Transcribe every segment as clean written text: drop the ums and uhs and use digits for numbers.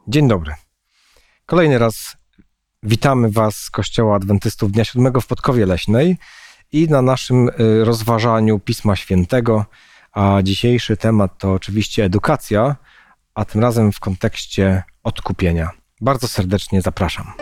Dzień dobry. Kolejny raz witamy Was z Kościoła Adwentystów Dnia Siódmego w Podkowie Leśnej i na naszym rozważaniu Pisma Świętego, a dzisiejszy temat to oczywiście edukacja, a tym razem w kontekście odkupienia. Bardzo serdecznie zapraszam.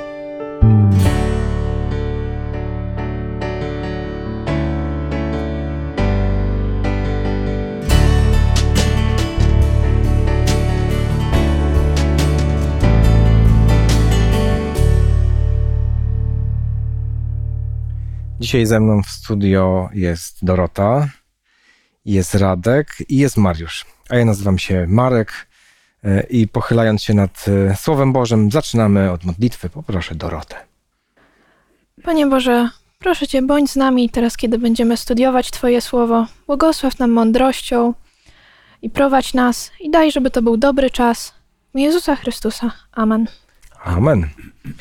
Dzisiaj ze mną w studio jest Dorota, jest Radek i jest Mariusz. A ja nazywam się Marek i pochylając się nad Słowem Bożym, zaczynamy od modlitwy. Poproszę Dorotę. Panie Boże, proszę Cię, bądź z nami teraz, kiedy będziemy studiować Twoje Słowo. Błogosław nam mądrością i prowadź nas i daj, żeby to był dobry czas. W Jezusa Chrystusa. Amen. Amen.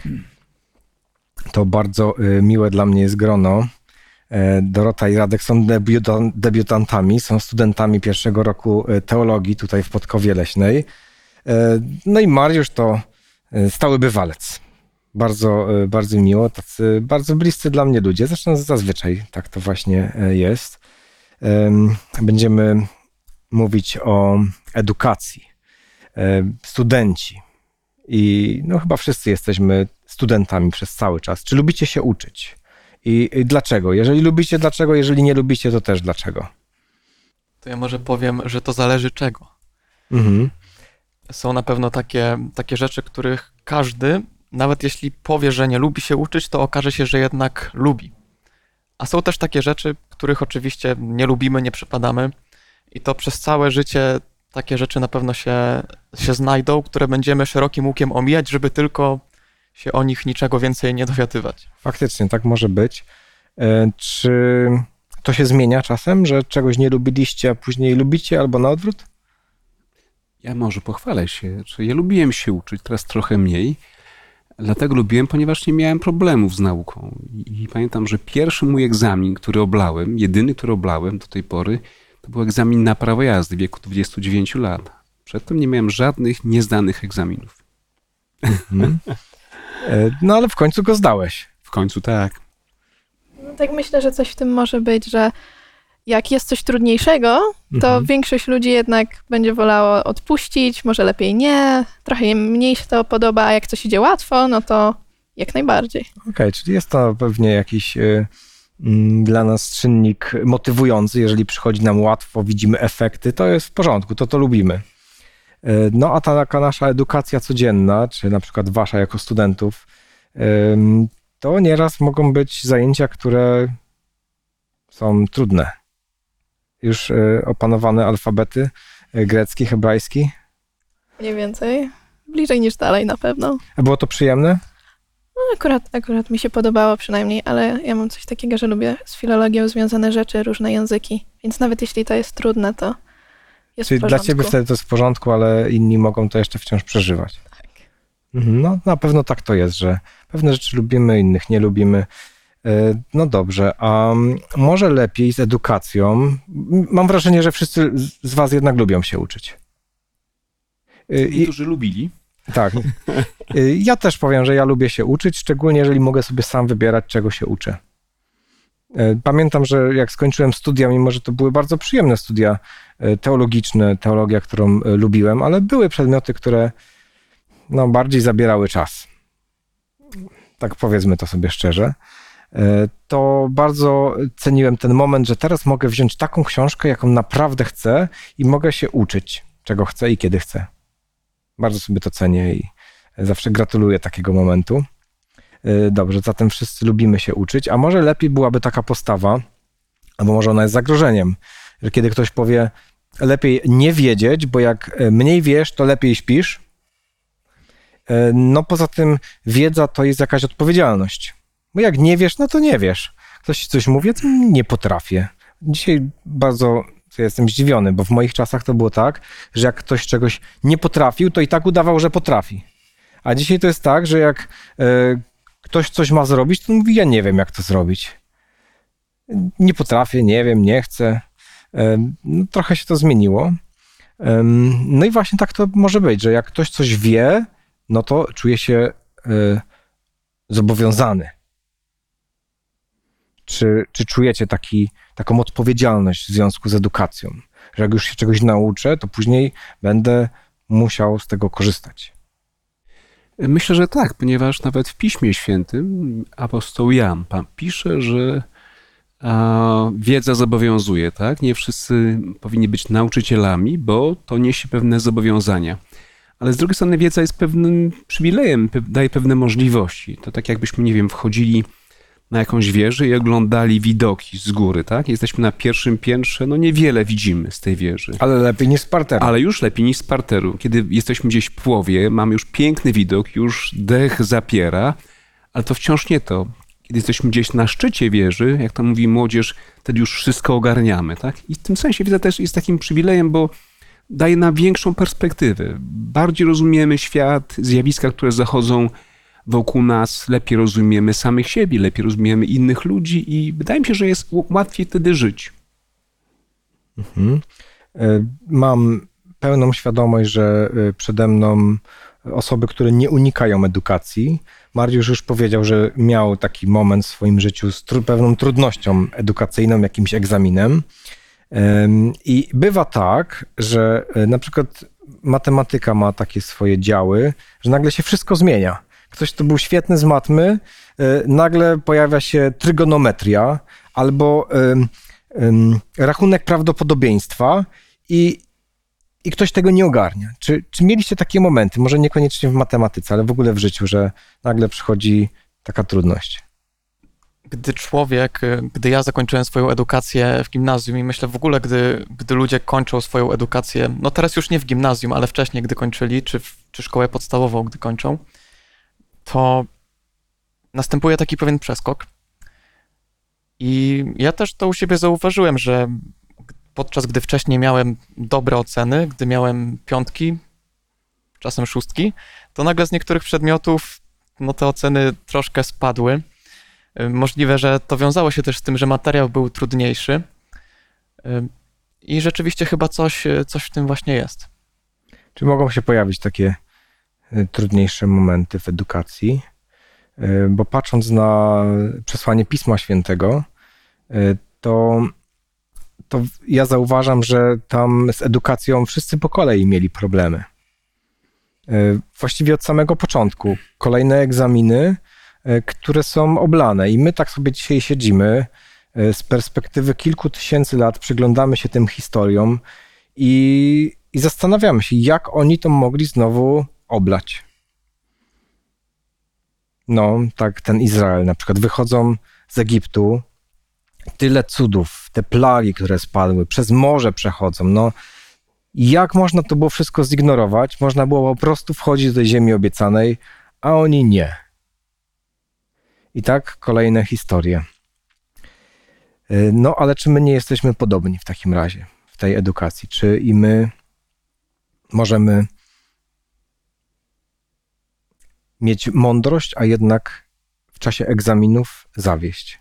To bardzo miłe dla mnie jest grono. Dorota i Radek są debiutantami, są studentami pierwszego roku teologii tutaj w Podkowie Leśnej. No i Mariusz to stały bywalec. Bardzo, bardzo miło, tacy bardzo bliscy dla mnie ludzie. Zresztą zazwyczaj tak to właśnie jest. Będziemy mówić o edukacji. Studenci. I no chyba wszyscy jesteśmy studentami przez cały czas. Czy lubicie się uczyć? I dlaczego? Jeżeli lubicie, dlaczego? Jeżeli nie lubicie, to też dlaczego? To ja może powiem, że to zależy czego. Są na pewno takie rzeczy, których każdy, nawet jeśli powie, że nie lubi się uczyć, to okaże się, że jednak lubi. A są też takie rzeczy, których oczywiście nie lubimy, nie przypadamy i to przez całe życie takie rzeczy na pewno się znajdą, które będziemy szerokim łukiem omijać, żeby tylko się o nich niczego więcej nie dowiadywać. Faktycznie, tak może być. Czy to się zmienia czasem, że czegoś nie lubiliście, a później lubicie, albo na odwrót? Ja może pochwalę się, że ja lubiłem się uczyć, teraz trochę mniej. Dlatego lubiłem, ponieważ nie miałem problemów z nauką. I pamiętam, że pierwszy mój egzamin, który oblałem, jedyny, który oblałem do tej pory, to był egzamin na prawo jazdy w wieku 29 lat. Przedtem nie miałem żadnych niezdanych egzaminów. No ale w końcu go zdałeś. W końcu tak. No, tak myślę, że coś w tym może być, że jak jest coś trudniejszego, to większość ludzi jednak będzie wolało odpuścić, może lepiej nie, trochę im mniej się to podoba, a jak coś idzie łatwo, no to jak najbardziej. Okej, czyli jest to pewnie jakiś dla nas czynnik motywujący, jeżeli przychodzi nam łatwo, widzimy efekty, to jest w porządku, to lubimy. No a taka nasza edukacja codzienna, czy na przykład wasza jako studentów, to nieraz mogą być zajęcia, które są trudne. Już opanowane alfabety grecki, hebrajski? Mniej więcej. Bliżej niż dalej na pewno. A było to przyjemne? No akurat mi się podobało przynajmniej, ale ja mam coś takiego, że lubię z filologią związane rzeczy, różne języki, więc nawet jeśli to jest trudne, to jest Czyli w porządku. dla ciebie wtedy to jest w porządku, ale inni mogą to jeszcze wciąż przeżywać. Tak. No na pewno tak to jest, że pewne rzeczy lubimy, innych nie lubimy. No dobrze, a może lepiej z edukacją? Mam wrażenie, że wszyscy z was jednak lubią się uczyć. Niektórzy lubili. Tak. Ja też powiem, że ja lubię się uczyć, szczególnie jeżeli mogę sobie sam wybierać, czego się uczę. Pamiętam, że jak skończyłem studia, mimo że to były bardzo przyjemne studia teologiczne, teologia, którą lubiłem, ale były przedmioty, które no, bardziej zabierały czas. Tak powiedzmy to sobie szczerze. To bardzo ceniłem ten moment, że teraz mogę wziąć taką książkę, jaką naprawdę chcę i mogę się uczyć, czego chcę i kiedy chcę. Bardzo sobie to cenię i zawsze gratuluję takiego momentu. Dobrze, zatem wszyscy lubimy się uczyć, a może lepiej byłaby taka postawa, albo może ona jest zagrożeniem, że kiedy ktoś powie, lepiej nie wiedzieć, bo jak mniej wiesz, to lepiej śpisz. No poza tym wiedza to jest jakaś odpowiedzialność. Bo jak nie wiesz, no to nie wiesz. Ktoś ci coś mówi, to nie potrafię. Dzisiaj bardzo jestem zdziwiony, bo w moich czasach to było tak, że jak ktoś czegoś nie potrafił, to i tak udawał, że potrafi. A dzisiaj to jest tak, że jak ktoś coś ma zrobić, to mówi, ja nie wiem, jak to zrobić. Nie potrafię, nie wiem, nie chcę. No, trochę się to zmieniło. No i właśnie tak to może być, że jak ktoś coś wie, no to czuję się zobowiązany. Czy czujecie taką odpowiedzialność w związku z edukacją? Że jak już się czegoś nauczę, to później będę musiał z tego korzystać. Myślę, że tak, ponieważ nawet w Piśmie Świętym apostoł Jan pisze, że wiedza zobowiązuje, tak? Nie wszyscy powinni być nauczycielami, bo to niesie pewne zobowiązania. Ale z drugiej strony wiedza jest pewnym przywilejem, daje pewne możliwości. To tak jakbyśmy, nie wiem, wchodzili na jakąś wieżę i oglądali widoki z góry, tak? Jesteśmy na pierwszym piętrze, no niewiele widzimy z tej wieży. Ale lepiej niż z parteru. Ale już lepiej niż z parteru. Kiedy jesteśmy gdzieś w połowie, mamy już piękny widok, już dech zapiera, ale to wciąż nie to. Kiedy jesteśmy gdzieś na szczycie wieży, jak to mówi młodzież, wtedy już wszystko ogarniamy, tak? I w tym sensie wiedza też jest takim przywilejem, bo daje nam większą perspektywę. Bardziej rozumiemy świat, zjawiska, które zachodzą wokół nas, lepiej rozumiemy samych siebie, lepiej rozumiemy innych ludzi i wydaje mi się, że jest łatwiej wtedy żyć. Mam pełną świadomość, że przede mną osoby, które nie unikają edukacji. Mariusz już powiedział, że miał taki moment w swoim życiu z pewną trudnością edukacyjną, jakimś egzaminem. I bywa tak, że na przykład matematyka ma takie swoje działy, że nagle się wszystko zmienia. Ktoś, kto był świetny z matmy, nagle pojawia się trygonometria albo rachunek prawdopodobieństwa i ktoś tego nie ogarnia. Czy mieliście takie momenty, może niekoniecznie w matematyce, ale w ogóle w życiu, że nagle przychodzi taka trudność? Gdy ja zakończyłem swoją edukację w gimnazjum i myślę w ogóle, gdy ludzie kończą swoją edukację, no teraz już nie w gimnazjum, ale wcześniej, gdy kończyli, czy szkołę podstawową, gdy kończą, to następuje taki pewien przeskok. I ja też to u siebie zauważyłem, że podczas gdy wcześniej miałem dobre oceny, gdy miałem 5, czasem 6, to nagle z niektórych przedmiotów no te oceny troszkę spadły. Możliwe, że to wiązało się też z tym, że materiał był trudniejszy i rzeczywiście chyba coś w tym właśnie jest. Czy mogą się pojawić takie trudniejsze momenty w edukacji? Bo patrząc na przesłanie Pisma Świętego, to ja zauważam, że tam z edukacją wszyscy po kolei mieli problemy. Właściwie od samego początku. Kolejne egzaminy, które są oblane i my tak sobie dzisiaj siedzimy z perspektywy kilku tysięcy lat, przyglądamy się tym historiom i zastanawiamy się, jak oni to mogli znowu oblać. No, tak ten Izrael na przykład, wychodzą z Egiptu, tyle cudów, te plagi, które spadły, przez morze przechodzą, no jak można to było wszystko zignorować? Można było po prostu wchodzić do tej ziemi obiecanej, a oni nie. I tak kolejne historie. No, ale czy my nie jesteśmy podobni w takim razie, w tej edukacji? Czy i my możemy mieć mądrość, a jednak w czasie egzaminów zawieść?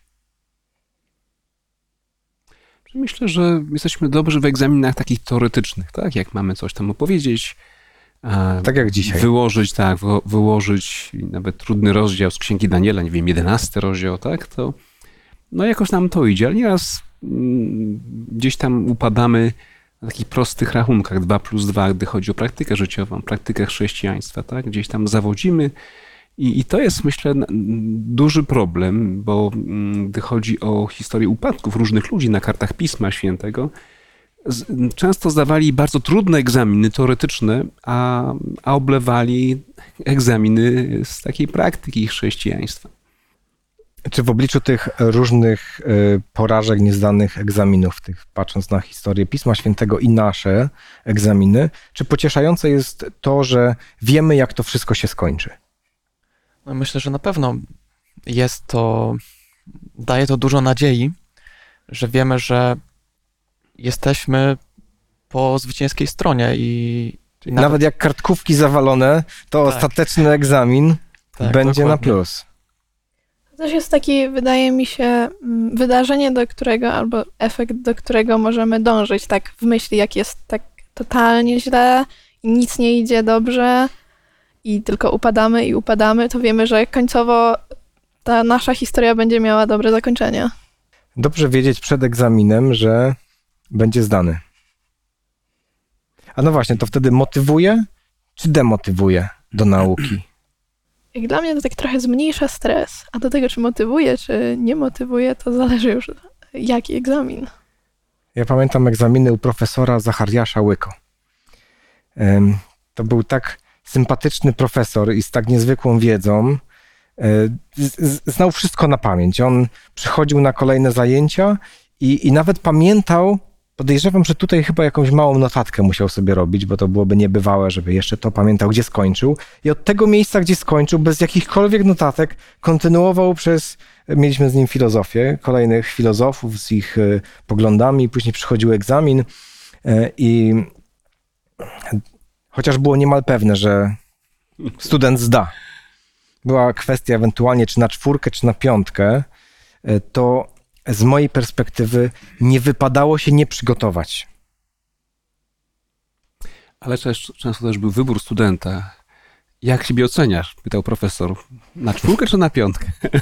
Myślę, że jesteśmy dobrzy w egzaminach takich teoretycznych, tak? Jak mamy coś tam opowiedzieć. Tak jak dzisiaj. Wyłożyć nawet trudny rozdział z Księgi Daniela, nie wiem, 11 rozdział, tak? To no jakoś nam to idzie, ale nieraz gdzieś tam upadamy na takich prostych rachunkach 2+2, gdy chodzi o praktykę życiową, praktykę chrześcijaństwa, tak? Gdzieś tam zawodzimy i to jest, myślę, duży problem, bo gdy chodzi o historię upadków różnych ludzi na kartach Pisma Świętego, często zdawali bardzo trudne egzaminy teoretyczne, a oblewali egzaminy z takiej praktyki chrześcijaństwa. Czy w obliczu tych różnych porażek, niezdanych egzaminów, patrząc na historię Pisma Świętego i nasze egzaminy, czy pocieszające jest to, że wiemy, jak to wszystko się skończy? No myślę, że na pewno daje to dużo nadziei, że wiemy, że jesteśmy po zwycięskiej stronie i nawet jak kartkówki zawalone, to tak. Ostateczny egzamin będzie dokładnie na plus. To też jest taki, wydaje mi się, wydarzenie, do którego, albo efekt, do którego możemy dążyć, tak w myśli, jak jest tak totalnie źle i nic nie idzie dobrze i tylko upadamy i upadamy, to wiemy, że końcowo ta nasza historia będzie miała dobre zakończenie. Dobrze wiedzieć przed egzaminem, że będzie zdany. A no właśnie, to wtedy motywuje czy demotywuje do nauki? Jak dla mnie to tak trochę zmniejsza stres, a do tego, czy motywuje, czy nie motywuje, to zależy już jaki egzamin. Ja pamiętam egzaminy u profesora Zachariasza Łyko. To był tak sympatyczny profesor i z tak niezwykłą wiedzą. Znał wszystko na pamięć. On przychodził na kolejne zajęcia i nawet pamiętał, podejrzewam, że tutaj chyba jakąś małą notatkę musiał sobie robić, bo to byłoby niebywałe, żeby jeszcze to pamiętał, gdzie skończył. I od tego miejsca, gdzie skończył, bez jakichkolwiek notatek, kontynuował mieliśmy z nim filozofię, kolejnych filozofów z ich poglądami, później przychodził egzamin i chociaż było niemal pewne, że student zda, była kwestia ewentualnie czy na 4, czy na 5, to z mojej perspektywy nie wypadało się nie przygotować. Ale często też był wybór studenta. Jak siebie oceniasz? Pytał profesor. Na 4 czy na 5?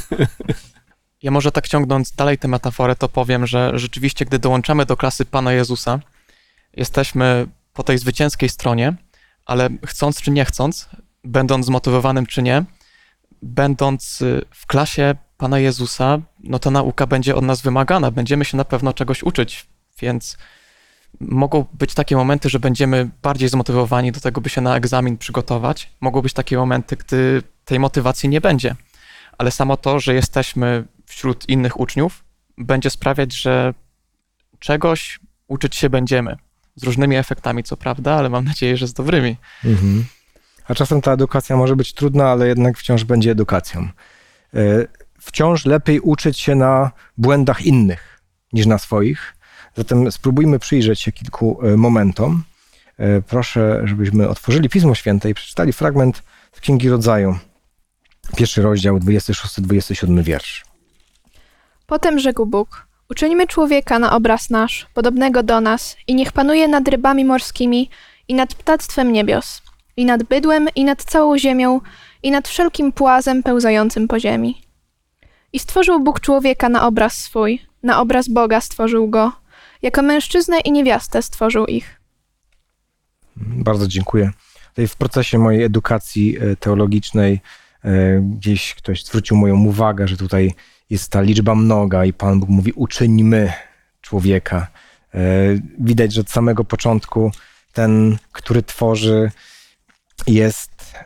Ja może tak ciągnąc dalej tę metaforę, to powiem, że rzeczywiście, gdy dołączamy do klasy Pana Jezusa, jesteśmy po tej zwycięskiej stronie, ale chcąc czy nie chcąc, będąc zmotywowanym czy nie, będąc w klasie Pana Jezusa, no to nauka będzie od nas wymagana, będziemy się na pewno czegoś uczyć, więc mogą być takie momenty, że będziemy bardziej zmotywowani do tego, by się na egzamin przygotować. Mogą być takie momenty, gdy tej motywacji nie będzie, ale samo to, że jesteśmy wśród innych uczniów, będzie sprawiać, że czegoś uczyć się będziemy. Z różnymi efektami, co prawda, ale mam nadzieję, że z dobrymi. Mhm. A czasem ta edukacja może być trudna, ale jednak wciąż będzie edukacją. Wciąż lepiej uczyć się na błędach innych niż na swoich. Zatem spróbujmy przyjrzeć się kilku momentom. Proszę, żebyśmy otworzyli Pismo Święte i przeczytali fragment z Księgi Rodzaju. 1 rozdział, 26-27 wiersz. Potem rzekł Bóg: uczyńmy człowieka na obraz nasz, podobnego do nas, i niech panuje nad rybami morskimi, i nad ptactwem niebios, i nad bydłem, i nad całą ziemią, i nad wszelkim płazem pełzającym po ziemi. I stworzył Bóg człowieka na obraz swój, na obraz Boga stworzył go, jako mężczyznę i niewiastę stworzył ich. Bardzo dziękuję. Tutaj w procesie mojej edukacji teologicznej gdzieś ktoś zwrócił moją uwagę, że tutaj jest ta liczba mnoga i Pan Bóg mówi: uczyńmy człowieka. Widać, że od samego początku ten, który tworzy, jest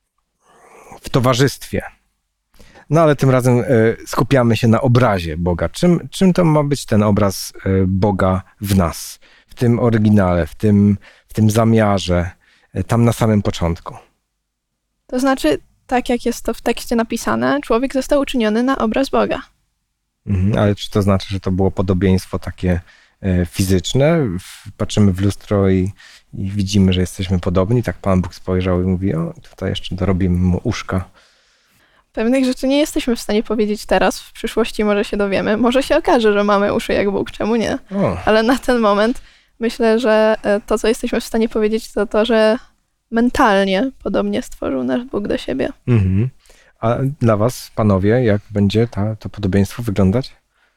w towarzystwie. No ale tym razem skupiamy się na obrazie Boga. Czym to ma być ten obraz Boga w nas? W tym oryginale, w tym zamiarze, tam na samym początku. To znaczy, tak jak jest to w tekście napisane, człowiek został uczyniony na obraz Boga. Ale czy to znaczy, że to było podobieństwo takie fizyczne? Patrzymy w lustro i widzimy, że jesteśmy podobni. Tak Pan Bóg spojrzał i mówi: o, tutaj jeszcze dorobimy mu uszka. Pewnych rzeczy nie jesteśmy w stanie powiedzieć teraz, w przyszłości może się dowiemy. Może się okaże, że mamy uszy jak Bóg, czemu nie? Ale na ten moment myślę, że to, co jesteśmy w stanie powiedzieć, to to, że mentalnie podobnie stworzył nasz Bóg do siebie. Mhm. A dla was, panowie, jak będzie to podobieństwo wyglądać?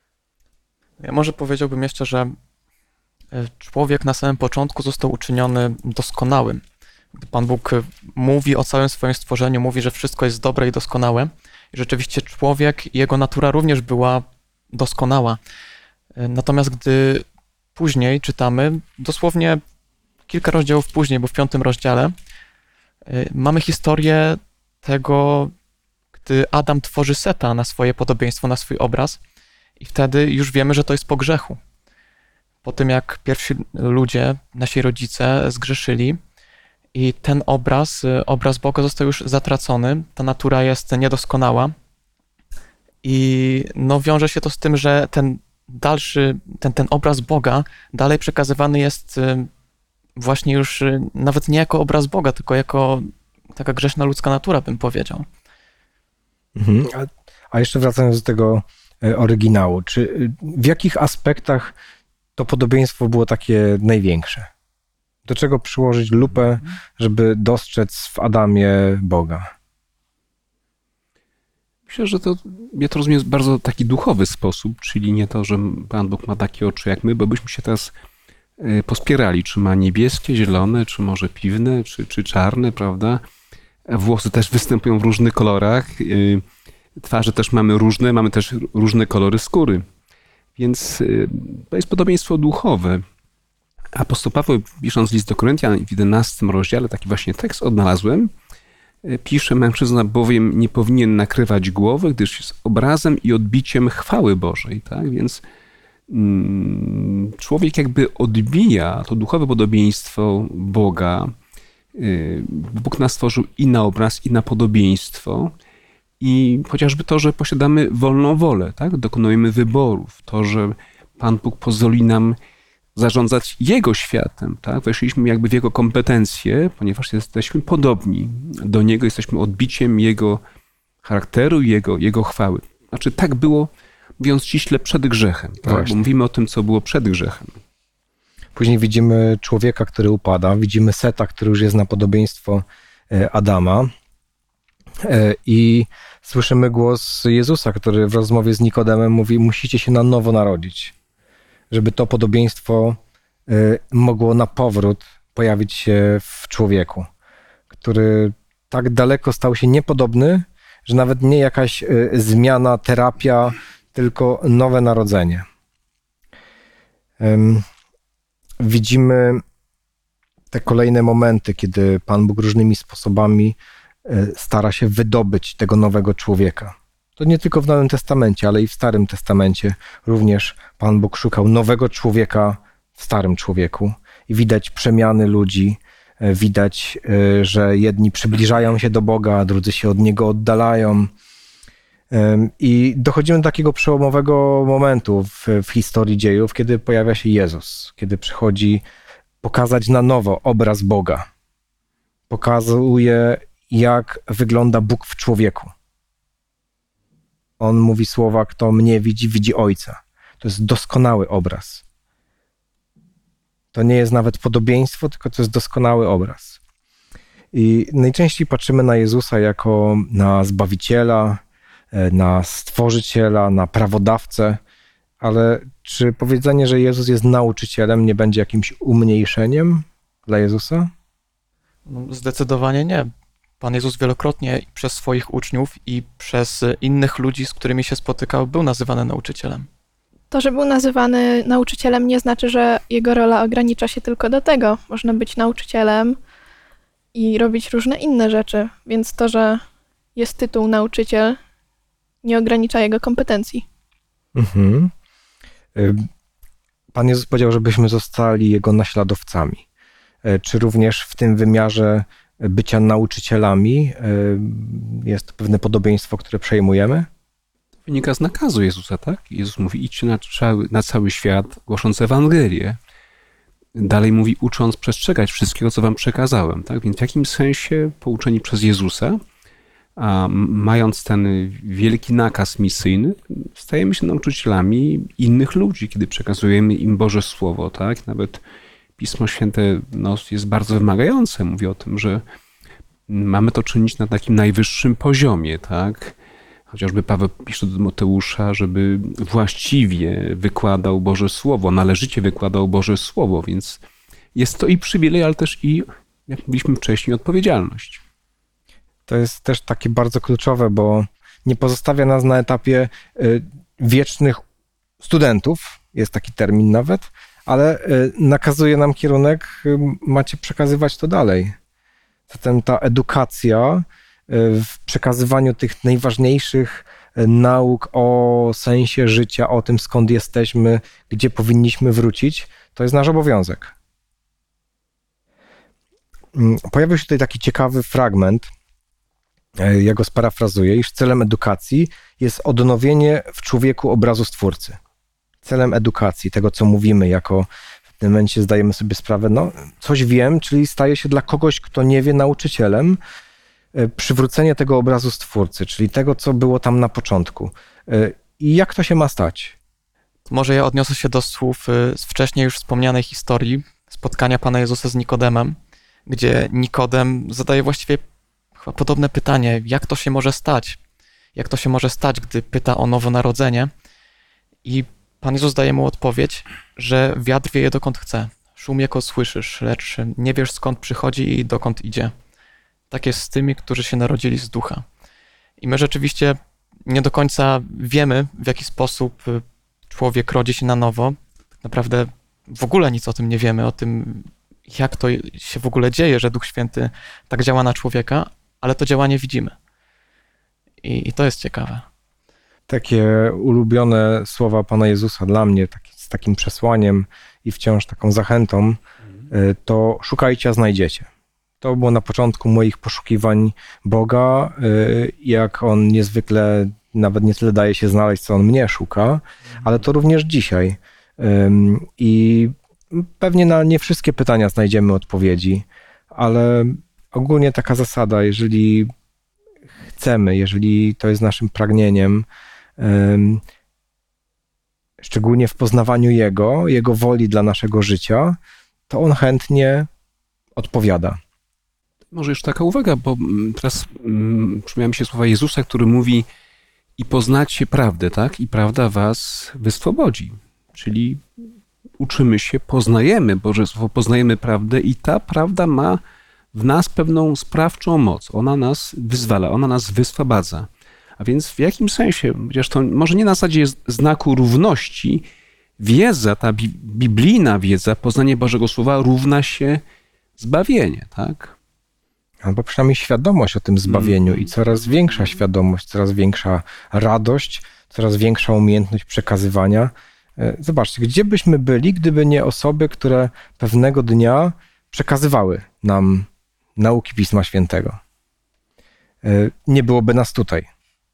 Ja może powiedziałbym jeszcze, że człowiek na samym początku został uczyniony doskonałym. Gdy Pan Bóg mówi o całym swoim stworzeniu, mówi, że wszystko jest dobre i doskonałe. I rzeczywiście człowiek i jego natura również była doskonała. Natomiast gdy później czytamy, dosłownie kilka rozdziałów później, bo w 5 rozdziale, mamy historię tego, gdy Adam tworzy Seta na swoje podobieństwo, na swój obraz i wtedy już wiemy, że to jest po grzechu. Po tym, jak pierwsi ludzie, nasi rodzice zgrzeszyli i ten obraz Boga został już zatracony, ta natura jest niedoskonała i no wiąże się to z tym, że ten obraz Boga dalej przekazywany jest właśnie już nawet nie jako obraz Boga, tylko jako taka grzeszna ludzka natura, bym powiedział. Mhm. A jeszcze wracając do tego oryginału, w jakich aspektach to podobieństwo było takie największe? Do czego przyłożyć lupę, żeby dostrzec w Adamie Boga? Myślę, że ja to rozumiem w bardzo taki duchowy sposób, czyli nie to, że Pan Bóg ma takie oczy jak my, bo byśmy się teraz pospierali, czy ma niebieskie, zielone, czy może piwne, czy czarne, prawda? Włosy też występują w różnych kolorach, twarze też mamy też różne kolory skóry. Więc to jest podobieństwo duchowe. Apostoł Paweł, pisząc list do Koryntian w 11 rozdziale, taki właśnie tekst odnalazłem, pisze: mężczyzna bowiem nie powinien nakrywać głowy, gdyż jest obrazem i odbiciem chwały Bożej. Tak? Więc człowiek jakby odbija to duchowe podobieństwo Boga. Bóg nas stworzył i na obraz, i na podobieństwo. I chociażby to, że posiadamy wolną wolę, tak? Dokonujemy wyborów. To, że Pan Bóg pozwoli nam zarządzać Jego światem. Tak? Weszliśmy jakby w Jego kompetencje, ponieważ jesteśmy podobni do Niego, jesteśmy odbiciem Jego charakteru i Jego chwały. Znaczy tak było, mówiąc ściśle, przed grzechem. Tak? Bo mówimy o tym, co było przed grzechem. Później widzimy człowieka, który upada, widzimy Seta, który już jest na podobieństwo Adama i słyszymy głos Jezusa, który w rozmowie z Nikodemem mówi: musicie się na nowo narodzić, żeby to podobieństwo mogło na powrót pojawić się w człowieku, który tak daleko stał się niepodobny, że nawet nie jakaś zmiana, terapia, tylko nowe narodzenie. Widzimy te kolejne momenty, kiedy Pan Bóg różnymi sposobami stara się wydobyć tego nowego człowieka. To nie tylko w Nowym Testamencie, ale i w Starym Testamencie również Pan Bóg szukał nowego człowieka w starym człowieku. I widać przemiany ludzi, widać, że jedni przybliżają się do Boga, a drudzy się od Niego oddalają. I dochodzimy do takiego przełomowego momentu w historii dziejów, kiedy pojawia się Jezus, kiedy przychodzi pokazać na nowo obraz Boga. Pokazuje, jak wygląda Bóg w człowieku. On mówi słowa: kto mnie widzi, widzi Ojca. To jest doskonały obraz. To nie jest nawet podobieństwo, tylko to jest doskonały obraz. I najczęściej patrzymy na Jezusa jako na Zbawiciela, na Stworzyciela, na Prawodawcę, ale czy powiedzenie, że Jezus jest nauczycielem, nie będzie jakimś umniejszeniem dla Jezusa? No, zdecydowanie nie. Pan Jezus wielokrotnie przez swoich uczniów i przez innych ludzi, z którymi się spotykał, był nazywany nauczycielem. To, że był nazywany nauczycielem, nie znaczy, że jego rola ogranicza się tylko do tego. Można być nauczycielem i robić różne inne rzeczy, więc to, że jest tytuł nauczyciel, nie ogranicza jego kompetencji. Mhm. Pan Jezus powiedział, żebyśmy zostali Jego naśladowcami. Czy również w tym wymiarze bycia nauczycielami jest to pewne podobieństwo, które przejmujemy? Wynika z nakazu Jezusa, tak? Jezus mówi: idźcie na cały świat, głosząc Ewangelię. Dalej mówi: ucząc przestrzegać wszystkiego, co wam przekazałem. Tak? Więc w jakimś sensie pouczeni przez Jezusa, a mając ten wielki nakaz misyjny, stajemy się nauczycielami innych ludzi, kiedy przekazujemy im Boże Słowo. Tak? Nawet Pismo Święte jest bardzo wymagające. Mówi o tym, że mamy to czynić na takim najwyższym poziomie. Tak? Chociażby Paweł pisze do Tymoteusza, żeby właściwie wykładał Boże Słowo, należycie wykładał Boże Słowo, więc jest to i przywilej, ale też i, jak mówiliśmy wcześniej, odpowiedzialność. To jest też takie bardzo kluczowe, bo nie pozostawia nas na etapie wiecznych studentów, jest taki termin nawet, ale nakazuje nam kierunek: macie przekazywać to dalej. Zatem ta edukacja w przekazywaniu tych najważniejszych nauk o sensie życia, o tym, skąd jesteśmy, gdzie powinniśmy wrócić, to jest nasz obowiązek. Pojawił się tutaj taki ciekawy fragment, ja go sparafrazuję, iż celem edukacji jest odnowienie w człowieku obrazu Stwórcy. Celem edukacji, tego co mówimy, jako w tym momencie zdajemy sobie sprawę, coś wiem, czyli staję się dla kogoś, kto nie wie, nauczycielem, przywrócenie tego obrazu Stwórcy, czyli tego, co było tam na początku. I jak to się ma stać? Może ja odniosę się do słów z wcześniej już wspomnianej historii spotkania Pana Jezusa z Nikodemem, gdzie Nikodem zadaje właściwie chyba podobne pytanie, jak to się może stać? Jak to się może stać, gdy pyta o nowonarodzenie? I Pan Jezus daje mu odpowiedź, że wiatr wieje dokąd chce. Szum jego słyszysz, lecz nie wiesz skąd przychodzi i dokąd idzie. Tak jest z tymi, którzy się narodzili z ducha. I my rzeczywiście nie do końca wiemy, w jaki sposób człowiek rodzi się na nowo. Tak naprawdę w ogóle nic o tym nie wiemy, o tym, jak to się w ogóle dzieje, że Duch Święty tak działa na człowieka, ale to działanie widzimy. I to jest ciekawe. Takie ulubione słowa Pana Jezusa dla mnie, z takim przesłaniem i wciąż taką zachętą, to szukajcie, a znajdziecie. To było na początku moich poszukiwań Boga, jak On niezwykle, nawet nie tyle daje się znaleźć, co On mnie szuka, ale to również dzisiaj. I pewnie na nie wszystkie pytania znajdziemy odpowiedzi, ale ogólnie taka zasada, jeżeli chcemy, jeżeli to jest naszym pragnieniem, szczególnie w poznawaniu Jego woli dla naszego życia, to On chętnie odpowiada. Może już taka uwaga, bo teraz przypomniały mi się słowa Jezusa, który mówi i poznacie prawdę, tak? I prawda was wyswobodzi. Czyli uczymy się, poznajemy Boże Słowo, poznajemy prawdę i ta prawda ma w nas pewną sprawczą moc. Ona nas wyzwala, ona nas wyswobadza. A więc w jakim sensie, chociaż to może nie na zasadzie znaku równości, wiedza, ta biblijna wiedza, poznanie Bożego Słowa równa się zbawienie, tak? Albo przynajmniej świadomość o tym zbawieniu i coraz większa świadomość, coraz większa radość, coraz większa umiejętność przekazywania. Zobaczcie, gdzie byśmy byli, gdyby nie osoby, które pewnego dnia przekazywały nam nauki Pisma Świętego. Nie byłoby nas tutaj.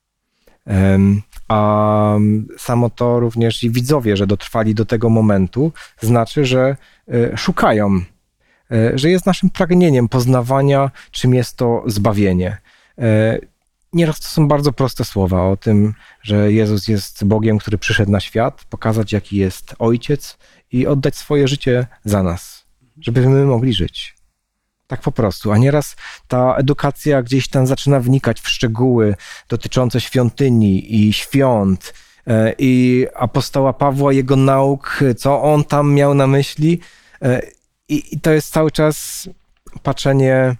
A samo to również i widzowie, że dotrwali do tego momentu, znaczy, że szukają, że jest naszym pragnieniem poznawania, czym jest to zbawienie. Nieraz to są bardzo proste słowa o tym, że Jezus jest Bogiem, który przyszedł na świat, pokazać, jaki jest Ojciec i oddać swoje życie za nas, żebyśmy mogli żyć. Tak po prostu. A nieraz ta edukacja gdzieś tam zaczyna wnikać w szczegóły dotyczące świątyni i świąt i apostoła Pawła, jego nauk, co on tam miał na myśli. I to jest cały czas patrzenie,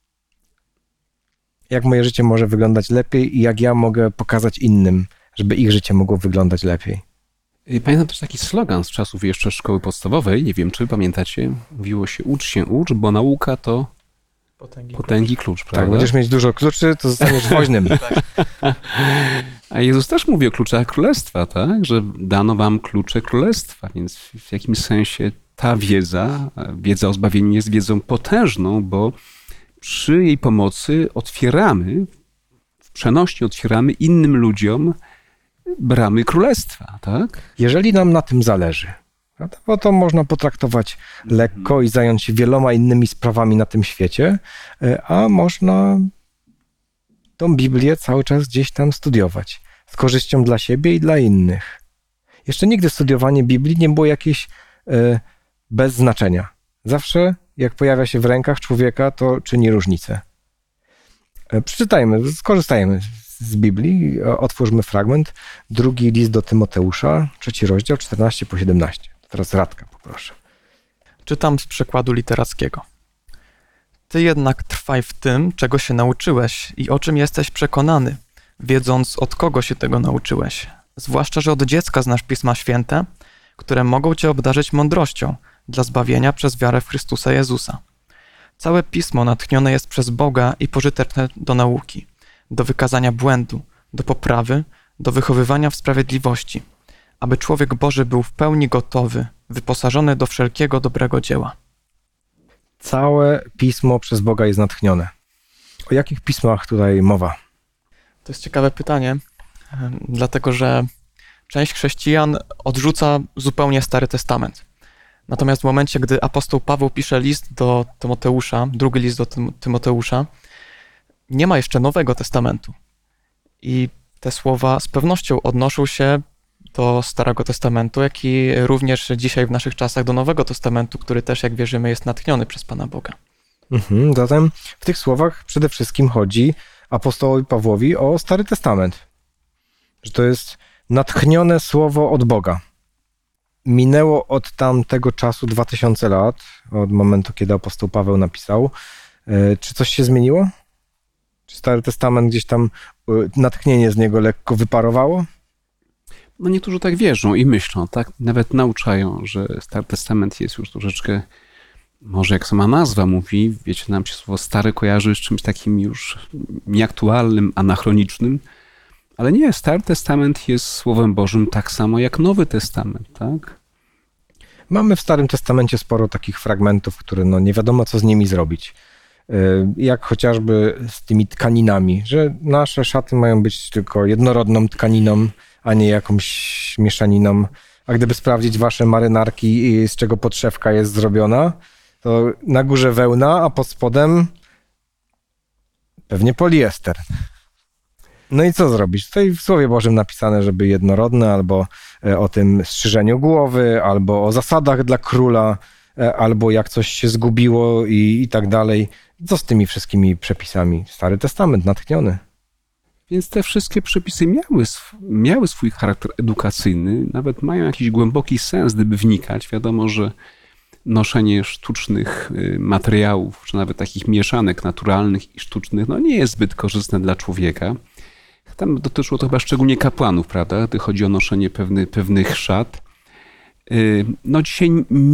jak moje życie może wyglądać lepiej i jak ja mogę pokazać innym, żeby ich życie mogło wyglądać lepiej. Pamiętam też taki slogan z czasów jeszcze szkoły podstawowej, nie wiem, czy pamiętacie, mówiło się ucz, bo nauka to potęgi klucz, prawda? Tak, będziesz mieć dużo kluczy, to zostaniesz woźnym. A Jezus też mówi o kluczach królestwa, tak? Że dano wam klucze królestwa, więc w jakimś sensie ta wiedza o zbawieniu jest wiedzą potężną, bo przy jej pomocy w przenośni otwieramy innym ludziom bramy królestwa, tak? Jeżeli nam na tym zależy, bo to można potraktować lekko i zająć się wieloma innymi sprawami na tym świecie, a można tą Biblię cały czas gdzieś tam studiować z korzyścią dla siebie i dla innych. Jeszcze nigdy studiowanie Biblii nie było jakieś bez znaczenia. Zawsze, jak pojawia się w rękach człowieka, to czyni różnicę. Przeczytajmy, skorzystajmy z Biblii, otwórzmy fragment. 2 list do Tymoteusza, 3 rozdział, 14-17. Teraz Radka poproszę. Czytam z przekładu literackiego. Ty jednak trwaj w tym, czego się nauczyłeś i o czym jesteś przekonany, wiedząc, od kogo się tego nauczyłeś. Zwłaszcza, że od dziecka znasz Pisma Święte, które mogą cię obdarzyć mądrością dla zbawienia przez wiarę w Chrystusa Jezusa. Całe Pismo natchnione jest przez Boga i pożyteczne do nauki, do wykazania błędu, do poprawy, do wychowywania w sprawiedliwości, aby człowiek Boży był w pełni gotowy, wyposażony do wszelkiego dobrego dzieła. Całe Pismo przez Boga jest natchnione. O jakich pismach tutaj mowa? To jest ciekawe pytanie, dlatego że część chrześcijan odrzuca zupełnie Stary Testament. Natomiast w momencie, gdy apostoł Paweł pisze list do Tymoteusza, 2 list do Tymoteusza, nie ma jeszcze Nowego Testamentu. I te słowa z pewnością odnoszą się do Starego Testamentu, jak i również dzisiaj w naszych czasach do Nowego Testamentu, który też, jak wierzymy, jest natchniony przez Pana Boga. Zatem w tych słowach przede wszystkim chodzi apostołowi Pawłowi o Stary Testament. Że to jest natchnione słowo od Boga. Minęło od tamtego czasu 2000 lat, od momentu, kiedy apostoł Paweł napisał. Czy coś się zmieniło? Czy Stary Testament gdzieś tam, natchnienie z niego lekko wyparowało? No niektórzy tak wierzą i myślą, tak? Nawet nauczają, że Stary Testament jest już troszeczkę, może jak sama nazwa mówi, wiecie, nam się słowo stare kojarzy z czymś takim już nieaktualnym, anachronicznym, ale nie, Stary Testament jest Słowem Bożym tak samo jak Nowy Testament, tak? Mamy w Starym Testamencie sporo takich fragmentów, które no nie wiadomo, co z nimi zrobić. Jak chociażby z tymi tkaninami, że nasze szaty mają być tylko jednorodną tkaniną, a nie jakąś mieszaniną. A gdyby sprawdzić wasze marynarki, z czego podszewka jest zrobiona, to na górze wełna, a pod spodem pewnie poliester. No i co zrobić? Tutaj w Słowie Bożym napisane, żeby jednorodne, albo o tym strzyżeniu głowy, albo o zasadach dla króla, albo jak coś się zgubiło i tak dalej. Co z tymi wszystkimi przepisami? Stary Testament natchniony. Więc te wszystkie przepisy miały swój charakter edukacyjny, nawet mają jakiś głęboki sens, gdyby wnikać. Wiadomo, że noszenie sztucznych materiałów, czy nawet takich mieszanek naturalnych i sztucznych, no nie jest zbyt korzystne dla człowieka. Tam dotyczyło to chyba szczególnie kapłanów, prawda, gdy chodzi o noszenie pewnych szat. No dzisiaj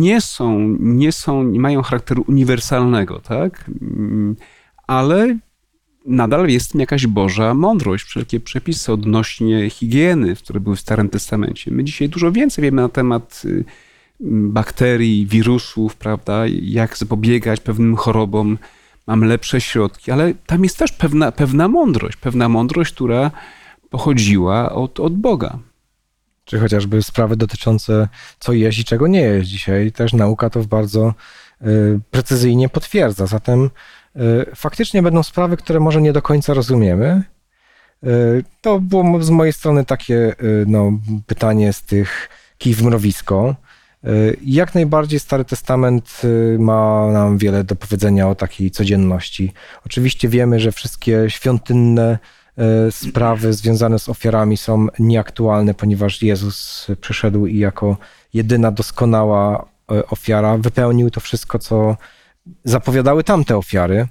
nie mają charakteru uniwersalnego, tak? Ale nadal jest w tym jakaś Boża mądrość, wszelkie przepisy odnośnie higieny, które były w Starym Testamencie. My dzisiaj dużo więcej wiemy na temat bakterii, wirusów, prawda, jak zapobiegać pewnym chorobom, mamy lepsze środki, ale tam jest też pewna mądrość, która pochodziła od Boga. Czy chociażby sprawy dotyczące co jeść i czego nie jeść. Dzisiaj też nauka to bardzo precyzyjnie potwierdza. Zatem faktycznie będą sprawy, które może nie do końca rozumiemy. To było z mojej strony takie pytanie z tych kij w mrowisko. Jak najbardziej Stary Testament ma nam wiele do powiedzenia o takiej codzienności. Oczywiście wiemy, że wszystkie świątynne sprawy związane z ofiarami są nieaktualne, ponieważ Jezus przyszedł i jako jedyna doskonała ofiara wypełnił to wszystko, co zapowiadały tamte ofiary.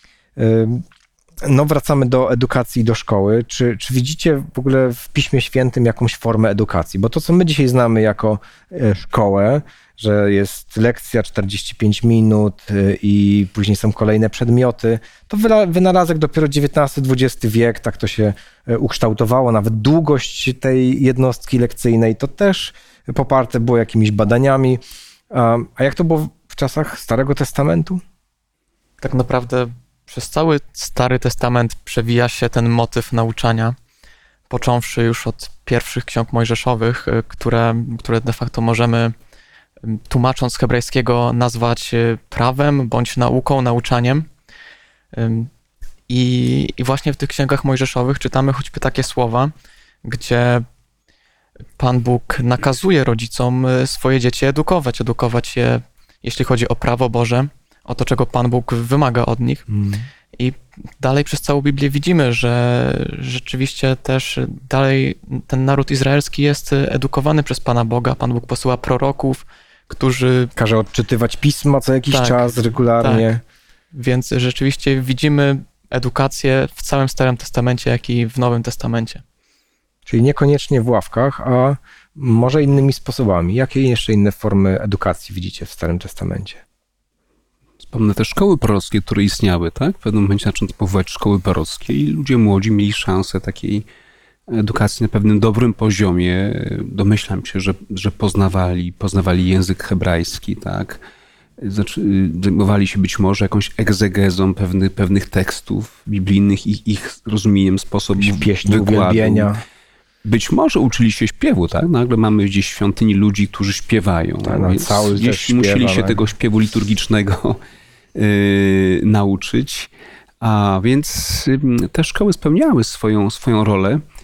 No wracamy do edukacji i do szkoły. Czy widzicie w ogóle w Piśmie Świętym jakąś formę edukacji? Bo to, co my dzisiaj znamy jako szkołę, że jest lekcja 45 minut i później są kolejne przedmioty, to wynalazek dopiero XIX-XX wiek, tak to się ukształtowało. Nawet długość tej jednostki lekcyjnej to też poparte było jakimiś badaniami. A jak to było w czasach Starego Testamentu? Tak naprawdę przez cały Stary Testament przewija się ten motyw nauczania, począwszy już od pierwszych ksiąg mojżeszowych, które de facto możemy, tłumacząc z hebrajskiego, nazwać prawem bądź nauką, nauczaniem. I właśnie w tych księgach mojżeszowych czytamy choćby takie słowa, gdzie Pan Bóg nakazuje rodzicom swoje dzieci edukować je, jeśli chodzi o prawo Boże, o to, czego Pan Bóg wymaga od nich. I dalej przez całą Biblię widzimy, że rzeczywiście też dalej ten naród izraelski jest edukowany przez Pana Boga. Pan Bóg posyła proroków, którzy... Każe odczytywać pisma co jakiś czas regularnie. Tak. Więc rzeczywiście widzimy edukację w całym Starym Testamencie, jak i w Nowym Testamencie. Czyli niekoniecznie w ławkach, a może innymi sposobami. Jakie jeszcze inne formy edukacji widzicie w Starym Testamencie? Wspomnę te szkoły prorockie, które istniały, tak? W pewnym momencie zaczęto powołać szkoły prorockie i ludzie młodzi mieli szansę takiej edukacji na pewnym dobrym poziomie. Domyślam się, że poznawali język hebrajski, tak? Zajmowali się być może jakąś egzegezą pewnych tekstów biblijnych i ich rozumieniem sposobu pieśni, uwielbienia. Być może uczyli się śpiewu, tak? Nagle mamy gdzieś w świątyni ludzi, którzy śpiewają. Tak, więc jeśli musieli się tego śpiewu liturgicznego nauczyć, a więc te szkoły spełniały swoją rolę.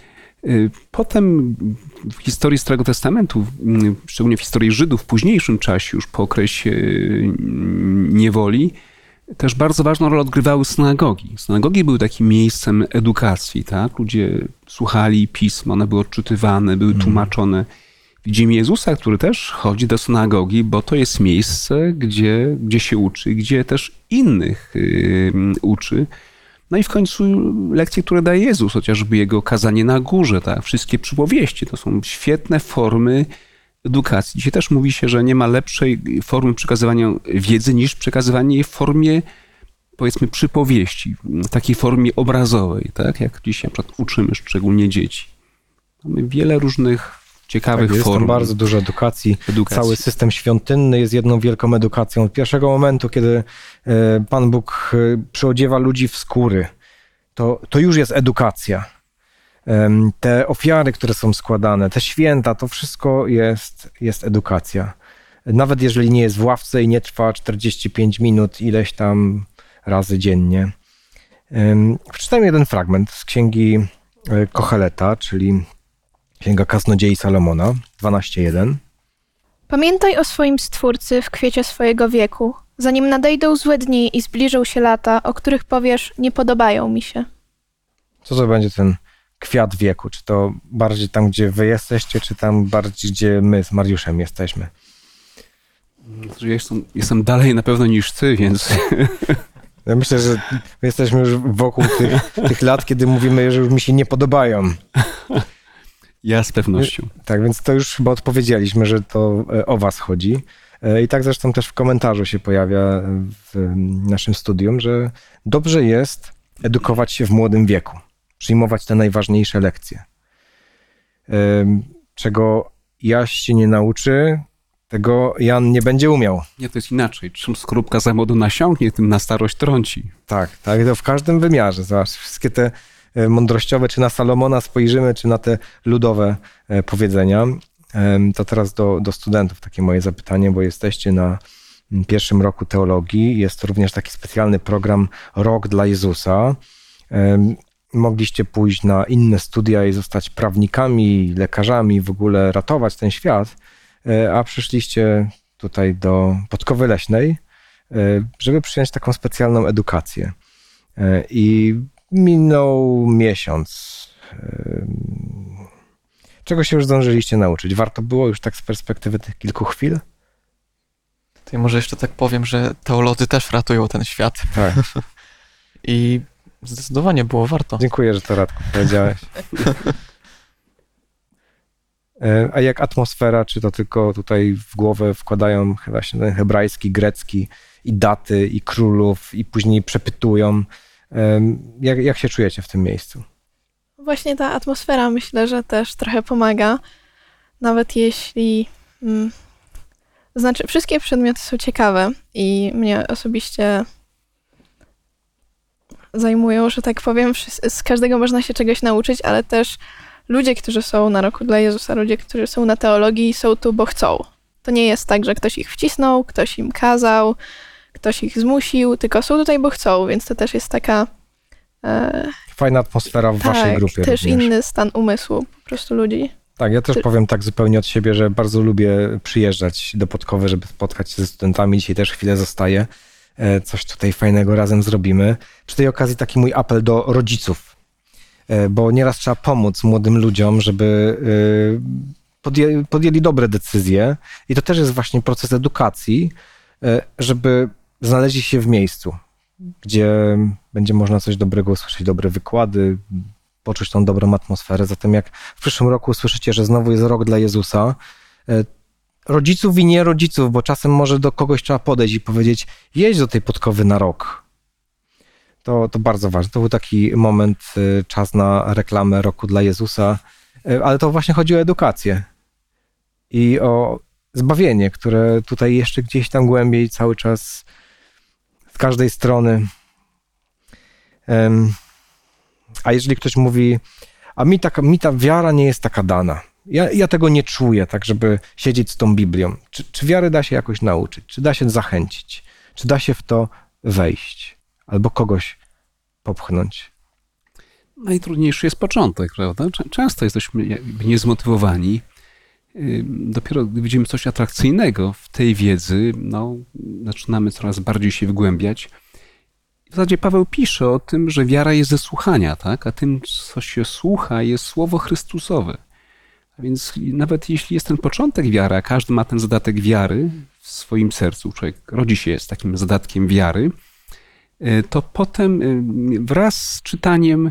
Potem w historii Starego Testamentu, szczególnie w historii Żydów w późniejszym czasie, już po okresie niewoli, też bardzo ważną rolę odgrywały synagogi. Synagogi były takim miejscem edukacji, tak? Ludzie słuchali pism, one były odczytywane, były tłumaczone. Widzimy Jezusa, który też chodzi do synagogi, bo to jest miejsce, gdzie się uczy, gdzie też innych uczy. No i w końcu lekcje, które daje Jezus, chociażby jego kazanie na górze, tak? Wszystkie przypowieści, to są świetne formy edukacji. Dzisiaj też mówi się, że nie ma lepszej formy przekazywania wiedzy niż przekazywanie jej w formie, powiedzmy, przypowieści, w takiej formie obrazowej, tak? Jak dzisiaj na przykład uczymy szczególnie dzieci. Mamy wiele różnych ciekawych form. Jest tam bardzo dużo edukacji. Cały system świątynny jest jedną wielką edukacją. Od pierwszego momentu, kiedy Pan Bóg przyodziewa ludzi w skóry, to już jest edukacja. Te ofiary, które są składane, te święta, to wszystko jest edukacja. Nawet jeżeli nie jest w ławce i nie trwa 45 minut ileś tam razy dziennie. Przeczytajmy jeden fragment z księgi Kocheleta, czyli Księga Kaznodziei Salomona, 12:1. Pamiętaj o swoim Stwórcy w kwiecie swojego wieku, zanim nadejdą złe dni i zbliżą się lata, o których powiesz, nie podobają mi się. Co to będzie ten kwiat wieku? Czy to bardziej tam, gdzie wy jesteście, czy tam bardziej, gdzie my z Mariuszem jesteśmy? Ja jestem dalej na pewno niż ty, więc... Ja myślę, że jesteśmy już wokół tych lat, kiedy mówimy, że już mi się nie podobają. Ja z pewnością. Tak, więc to już chyba odpowiedzieliśmy, że to o was chodzi. I tak zresztą też w komentarzu się pojawia w naszym studium, że dobrze jest edukować się w młodym wieku, przyjmować te najważniejsze lekcje. Czego Jaś się nie nauczy, tego Jan nie będzie umiał. Nie, to jest inaczej. Czym skorupka za młodu nasiąknie, tym na starość trąci. Tak, to w każdym wymiarze. Zobacz, wszystkie te mądrościowe, czy na Salomona spojrzymy, czy na te ludowe powiedzenia. To teraz do studentów takie moje zapytanie, bo jesteście na pierwszym roku teologii. Jest to również taki specjalny program Rok dla Jezusa. Mogliście pójść na inne studia i zostać prawnikami, lekarzami, w ogóle ratować ten świat, a przyszliście tutaj do Podkowy Leśnej, żeby przyjąć taką specjalną edukację. I minął miesiąc. Czego się już zdążyliście nauczyć? Warto było już tak z perspektywy tych kilku chwil? To ja może jeszcze tak powiem, że teolodzy też ratują ten świat. Tak. I zdecydowanie było warto. Dziękuję, że to, Radku, powiedziałeś. A jak atmosfera? Czy to tylko tutaj w głowę wkładają właśnie ten hebrajski, grecki i daty, i królów, i później przepytują? Jak się czujecie w tym miejscu? Właśnie ta atmosfera myślę, że też trochę pomaga. Nawet jeśli... Znaczy, wszystkie przedmioty są ciekawe i mnie osobiście zajmują, że tak powiem. Z każdego można się czegoś nauczyć, ale też ludzie, którzy są na Roku dla Jezusa, ludzie, którzy są na teologii, są tu, bo chcą. To nie jest tak, że ktoś ich wcisnął, ktoś im kazał, ktoś ich zmusił, tylko są tutaj, bo chcą, więc to też jest taka... Fajna atmosfera w waszej grupie. Tak, też również. inny stan umysłu po prostu ludzi. Tak, ja też powiem tak zupełnie od siebie, że bardzo lubię przyjeżdżać do Podkowy, żeby spotkać się ze studentami. Dzisiaj też chwilę zostaję. Coś tutaj fajnego razem zrobimy. Przy tej okazji taki mój apel do rodziców, bo nieraz trzeba pomóc młodym ludziom, żeby podjęli dobre decyzje. I to też jest właśnie proces edukacji, żeby znaleźli się w miejscu, gdzie będzie można coś dobrego usłyszeć, dobre wykłady, poczuć tą dobrą atmosferę. Zatem jak w przyszłym roku słyszycie, że znowu jest Rok dla Jezusa, rodziców i nie rodziców, bo czasem może do kogoś trzeba podejść i powiedzieć, jedź do tej Podkowy na rok. To bardzo ważne. To był taki moment, czas na reklamę Roku dla Jezusa, ale to właśnie chodzi o edukację i o zbawienie, które tutaj jeszcze gdzieś tam głębiej cały czas z każdej strony. A jeżeli ktoś mówi, a mi ta wiara nie jest taka dana, ja tego nie czuję, tak żeby siedzieć z tą Biblią. Czy wiary da się jakoś nauczyć? Czy da się zachęcić? Czy da się w to wejść? Albo kogoś popchnąć? Najtrudniejszy jest początek, prawda? Często jesteśmy jakby niezmotywowani. Dopiero gdy widzimy coś atrakcyjnego w tej wiedzy, zaczynamy coraz bardziej się wgłębiać. W zasadzie Paweł pisze o tym, że wiara jest ze słuchania, tak? A tym, co się słucha, jest słowo Chrystusowe. A więc nawet jeśli jest ten początek wiary, a każdy ma ten zadatek wiary w swoim sercu, człowiek rodzi się z takim zadatkiem wiary, to potem wraz z czytaniem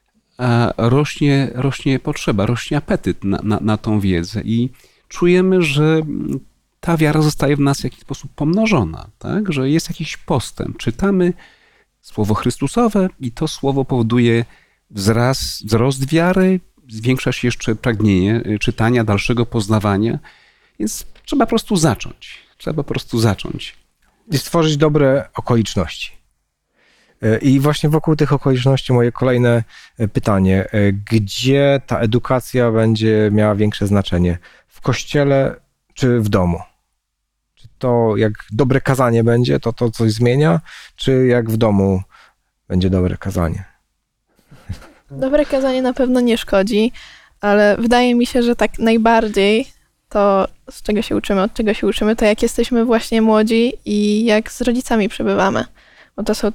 rośnie potrzeba, rośnie apetyt na tą wiedzę i czujemy, że ta wiara zostaje w nas w jakiś sposób pomnożona, tak? Że jest jakiś postęp. Czytamy słowo Chrystusowe i to słowo powoduje wzrost wiary, zwiększa się jeszcze pragnienie czytania, dalszego poznawania, więc trzeba po prostu zacząć. I stworzyć dobre okoliczności. I właśnie wokół tych okoliczności moje kolejne pytanie. Gdzie ta edukacja będzie miała większe znaczenie? W kościele czy w domu? Czy to jak dobre kazanie będzie, to coś zmienia? Czy jak w domu będzie dobre kazanie? Dobre kazanie na pewno nie szkodzi, ale wydaje mi się, że tak najbardziej to, od czego się uczymy, to jak jesteśmy właśnie młodzi i jak z rodzicami przebywamy. Bo to są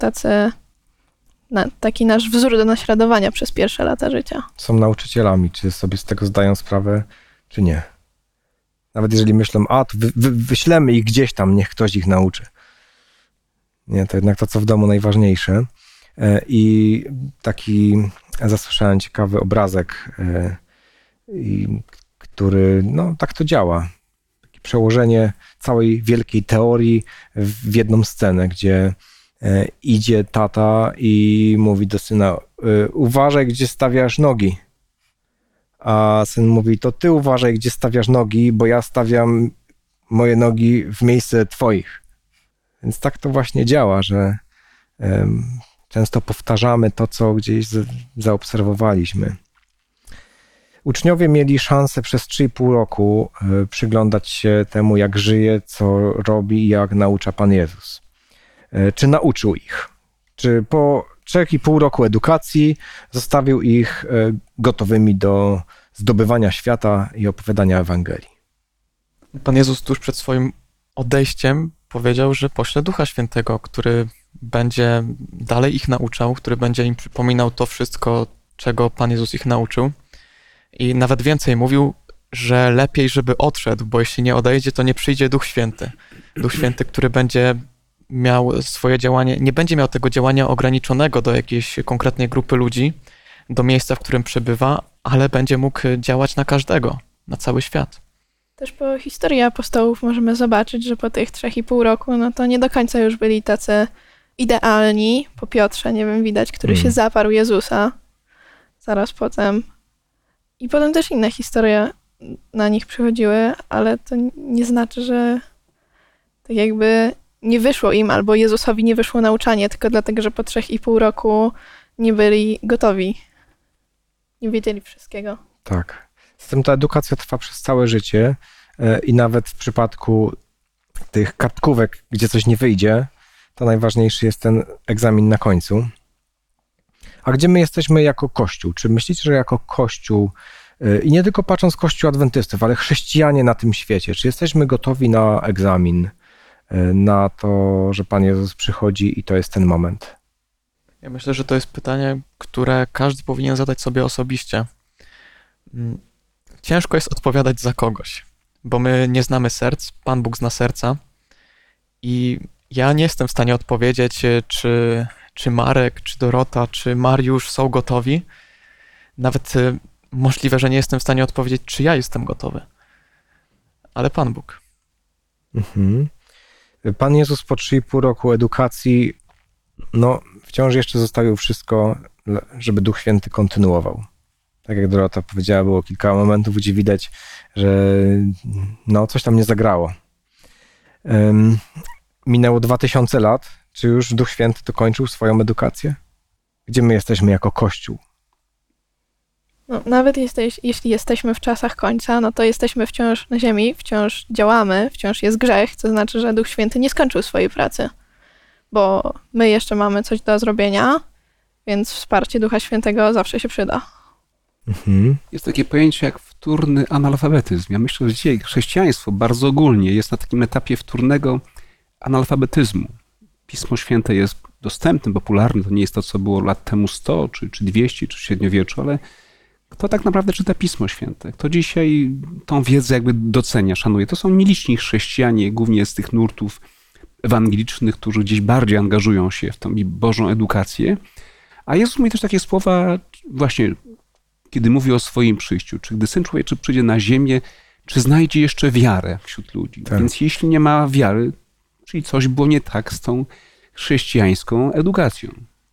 taki nasz wzór do naśladowania przez pierwsze lata życia. Są nauczycielami, czy sobie z tego zdają sprawę, czy nie. Nawet jeżeli myślą, to wyślemy ich gdzieś tam, niech ktoś ich nauczy. Nie, to jednak to, co w domu najważniejsze. I zasłyszałem ciekawy obrazek, który, tak to działa. Takie przełożenie całej wielkiej teorii w jedną scenę, gdzie idzie tata i mówi do syna, uważaj, gdzie stawiasz nogi. A syn mówi, to ty uważaj, gdzie stawiasz nogi, bo ja stawiam moje nogi w miejsce twoich. Więc tak to właśnie działa, że często powtarzamy to, co gdzieś zaobserwowaliśmy. Uczniowie mieli szansę przez 3,5 roku przyglądać się temu, jak żyje, co robi i jak naucza Pan Jezus. Czy nauczył ich? Czy po 3,5 roku edukacji zostawił ich gotowymi do zdobywania świata i opowiadania Ewangelii? Pan Jezus tuż przed swoim odejściem powiedział, że pośle Ducha Świętego, który będzie dalej ich nauczał, który będzie im przypominał to wszystko, czego Pan Jezus ich nauczył. I nawet więcej mówił, że lepiej, żeby odszedł, bo jeśli nie odejdzie, to nie przyjdzie Duch Święty. Duch Święty, który będzie miał swoje działanie, nie będzie miał tego działania ograniczonego do jakiejś konkretnej grupy ludzi, do miejsca, w którym przebywa, ale będzie mógł działać na każdego, na cały świat. Też po historii apostołów możemy zobaczyć, że po tych 3,5 roku, to nie do końca już byli tacy idealni. Po Piotrze, widać, który się zaparł Jezusa zaraz potem. I potem też inne historie na nich przychodziły, ale to nie znaczy, że tak jakby nie wyszło im, albo Jezusowi nie wyszło nauczanie, tylko dlatego, że po 3,5 roku nie byli gotowi. Nie wiedzieli wszystkiego. Tak. Z tym ta edukacja trwa przez całe życie i nawet w przypadku tych kartkówek, gdzie coś nie wyjdzie, to najważniejszy jest ten egzamin na końcu. A gdzie my jesteśmy jako Kościół? Czy myślicie, że jako Kościół, i nie tylko patrząc Kościół adwentystów, ale chrześcijanie na tym świecie, czy jesteśmy gotowi na egzamin, na to, że Pan Jezus przychodzi i to jest ten moment? Ja myślę, że to jest pytanie, które każdy powinien zadać sobie osobiście. Ciężko jest odpowiadać za kogoś, bo my nie znamy serc, Pan Bóg zna serca i ja nie jestem w stanie odpowiedzieć, czy Marek, czy Dorota, czy Mariusz są gotowi. Nawet możliwe, że nie jestem w stanie odpowiedzieć, czy ja jestem gotowy. Ale Pan Bóg. Pan Jezus po 3,5 roku edukacji, wciąż jeszcze zostawił wszystko, żeby Duch Święty kontynuował. Tak jak Dorota powiedziała, było kilka momentów, gdzie widać, że coś tam nie zagrało. Minęło 2000 lat. Czy już Duch Święty dokończył swoją edukację? Gdzie my jesteśmy jako Kościół? Nawet jeśli jesteśmy w czasach końca, to jesteśmy wciąż na ziemi, wciąż działamy, wciąż jest grzech, co znaczy, że Duch Święty nie skończył swojej pracy, bo my jeszcze mamy coś do zrobienia, więc wsparcie Ducha Świętego zawsze się przyda. Jest takie pojęcie jak wtórny analfabetyzm. Ja myślę, że dzisiaj chrześcijaństwo bardzo ogólnie jest na takim etapie wtórnego analfabetyzmu. Pismo Święte jest dostępne, popularne. To nie jest to, co było lat temu 100, czy 200, czy w średniowieczu, ale kto tak naprawdę czyta Pismo Święte? Kto dzisiaj tą wiedzę jakby docenia, szanuje? To są nieliczni chrześcijanie, głównie z tych nurtów ewangelicznych, którzy gdzieś bardziej angażują się w tą Bożą edukację. A Jezus mówi też takie słowa właśnie, kiedy mówi o swoim przyjściu. Czy gdy Syn Człowieczy przyjdzie na ziemię, czy znajdzie jeszcze wiarę wśród ludzi? Tak. Więc jeśli nie ma wiary, czyli coś było nie tak z tą chrześcijańską edukacją.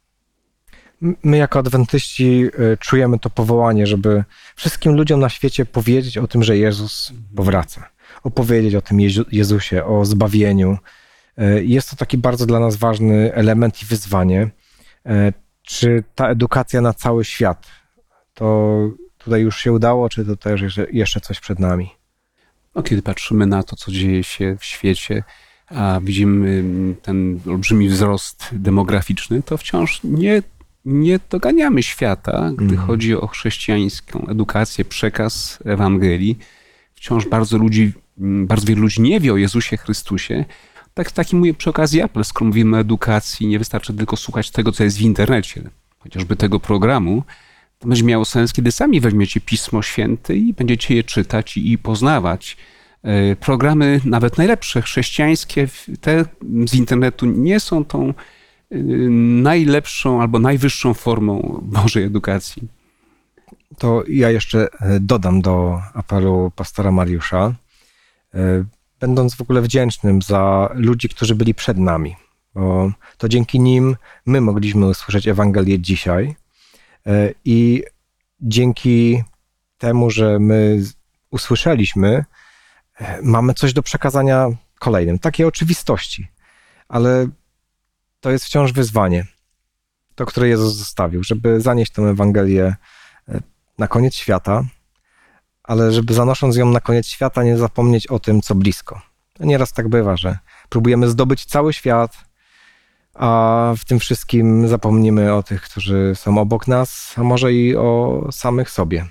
My jako adwentyści czujemy to powołanie, żeby wszystkim ludziom na świecie powiedzieć o tym, że Jezus powraca. Opowiedzieć o tym Jezusie, o zbawieniu. Jest to taki bardzo dla nas ważny element i wyzwanie. Czy ta edukacja na cały świat, to tutaj już się udało, czy to też jeszcze coś przed nami? No, kiedy patrzymy na to, co dzieje się w świecie, a widzimy ten olbrzymi wzrost demograficzny, to wciąż nie doganiamy świata, gdy chodzi o chrześcijańską edukację, przekaz Ewangelii. Wciąż bardzo wielu ludzi nie wie o Jezusie Chrystusie. Taki mówię przy okazji apel, skoro mówimy o edukacji, nie wystarczy tylko słuchać tego, co jest w internecie, chociażby tego programu. To będzie miało sens, kiedy sami weźmiecie Pismo Święte i będziecie je czytać i poznawać. Programy, nawet najlepsze, chrześcijańskie, te z internetu nie są tą najlepszą albo najwyższą formą Bożej edukacji. To ja jeszcze dodam do apelu pastora Mariusza, będąc w ogóle wdzięcznym za ludzi, którzy byli przed nami, bo to dzięki nim my mogliśmy usłyszeć Ewangelię dzisiaj i dzięki temu, że my usłyszeliśmy, mamy coś do przekazania kolejnym, takie oczywistości, ale to jest wciąż wyzwanie, to, które Jezus zostawił, żeby zanieść tę Ewangelię na koniec świata, ale żeby zanosząc ją na koniec świata nie zapomnieć o tym, co blisko. Nieraz tak bywa, że próbujemy zdobyć cały świat, a w tym wszystkim zapomnimy o tych, którzy są obok nas, a może i o samych sobie.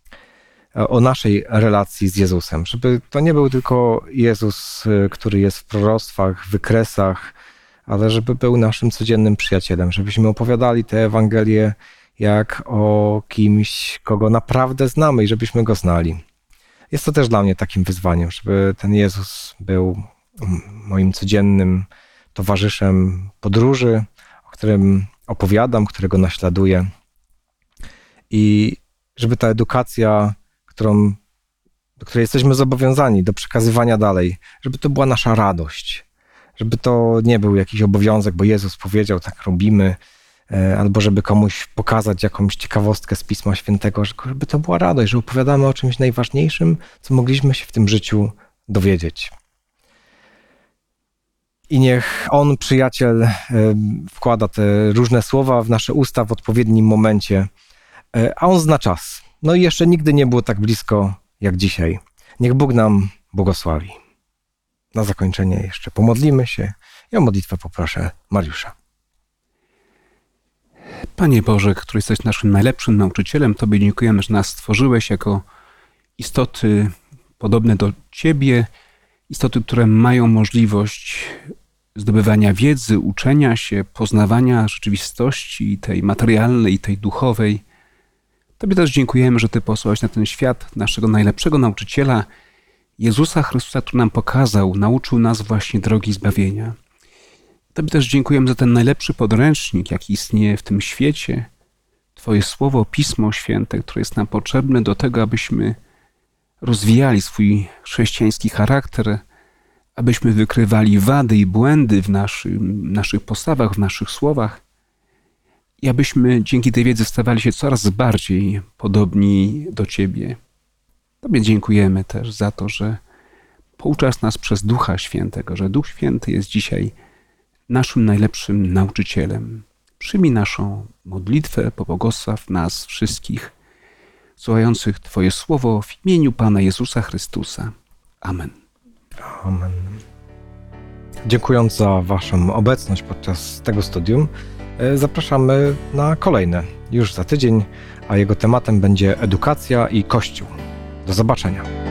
O naszej relacji z Jezusem, żeby to nie był tylko Jezus, który jest w proroctwach, wykresach, ale żeby był naszym codziennym przyjacielem, żebyśmy opowiadali tę Ewangelię jak o kimś, kogo naprawdę znamy i żebyśmy go znali. Jest to też dla mnie takim wyzwaniem, żeby ten Jezus był moim codziennym towarzyszem podróży, o którym opowiadam, którego naśladuję i żeby ta edukacja, do której jesteśmy zobowiązani do przekazywania dalej, żeby to była nasza radość, żeby to nie był jakiś obowiązek, bo Jezus powiedział, tak robimy, albo żeby komuś pokazać jakąś ciekawostkę z Pisma Świętego, żeby to była radość, że opowiadamy o czymś najważniejszym, co mogliśmy się w tym życiu dowiedzieć. I niech On, przyjaciel, wkłada te różne słowa w nasze usta w odpowiednim momencie, a On zna czas. No i jeszcze nigdy nie było tak blisko jak dzisiaj. Niech Bóg nam błogosławi. Na zakończenie jeszcze pomodlimy się i o modlitwę poproszę Mariusza. Panie Boże, który jesteś naszym najlepszym nauczycielem, Tobie dziękujemy, że nas stworzyłeś jako istoty podobne do Ciebie, istoty, które mają możliwość zdobywania wiedzy, uczenia się, poznawania rzeczywistości, tej materialnej i tej duchowej. Tobie też dziękujemy, że Ty posłałeś na ten świat naszego najlepszego nauczyciela, Jezusa Chrystusa, który nam pokazał, nauczył nas właśnie drogi zbawienia. Tobie też dziękujemy za ten najlepszy podręcznik, jaki istnieje w tym świecie. Twoje słowo, Pismo Święte, które jest nam potrzebne do tego, abyśmy rozwijali swój chrześcijański charakter, abyśmy wykrywali wady i błędy w naszych postawach, w naszych słowach i abyśmy dzięki tej wiedzy stawali się coraz bardziej podobni do Ciebie. Tobie dziękujemy też za to, że pouczasz nas przez Ducha Świętego, że Duch Święty jest dzisiaj naszym najlepszym nauczycielem. Przyjmij naszą modlitwę, pobłogosław nas wszystkich, słuchających Twoje słowo w imieniu Pana Jezusa Chrystusa. Amen. Amen. Dziękując za Waszą obecność podczas tego studium, zapraszamy na kolejne już za tydzień, a jego tematem będzie edukacja i Kościół. Do zobaczenia.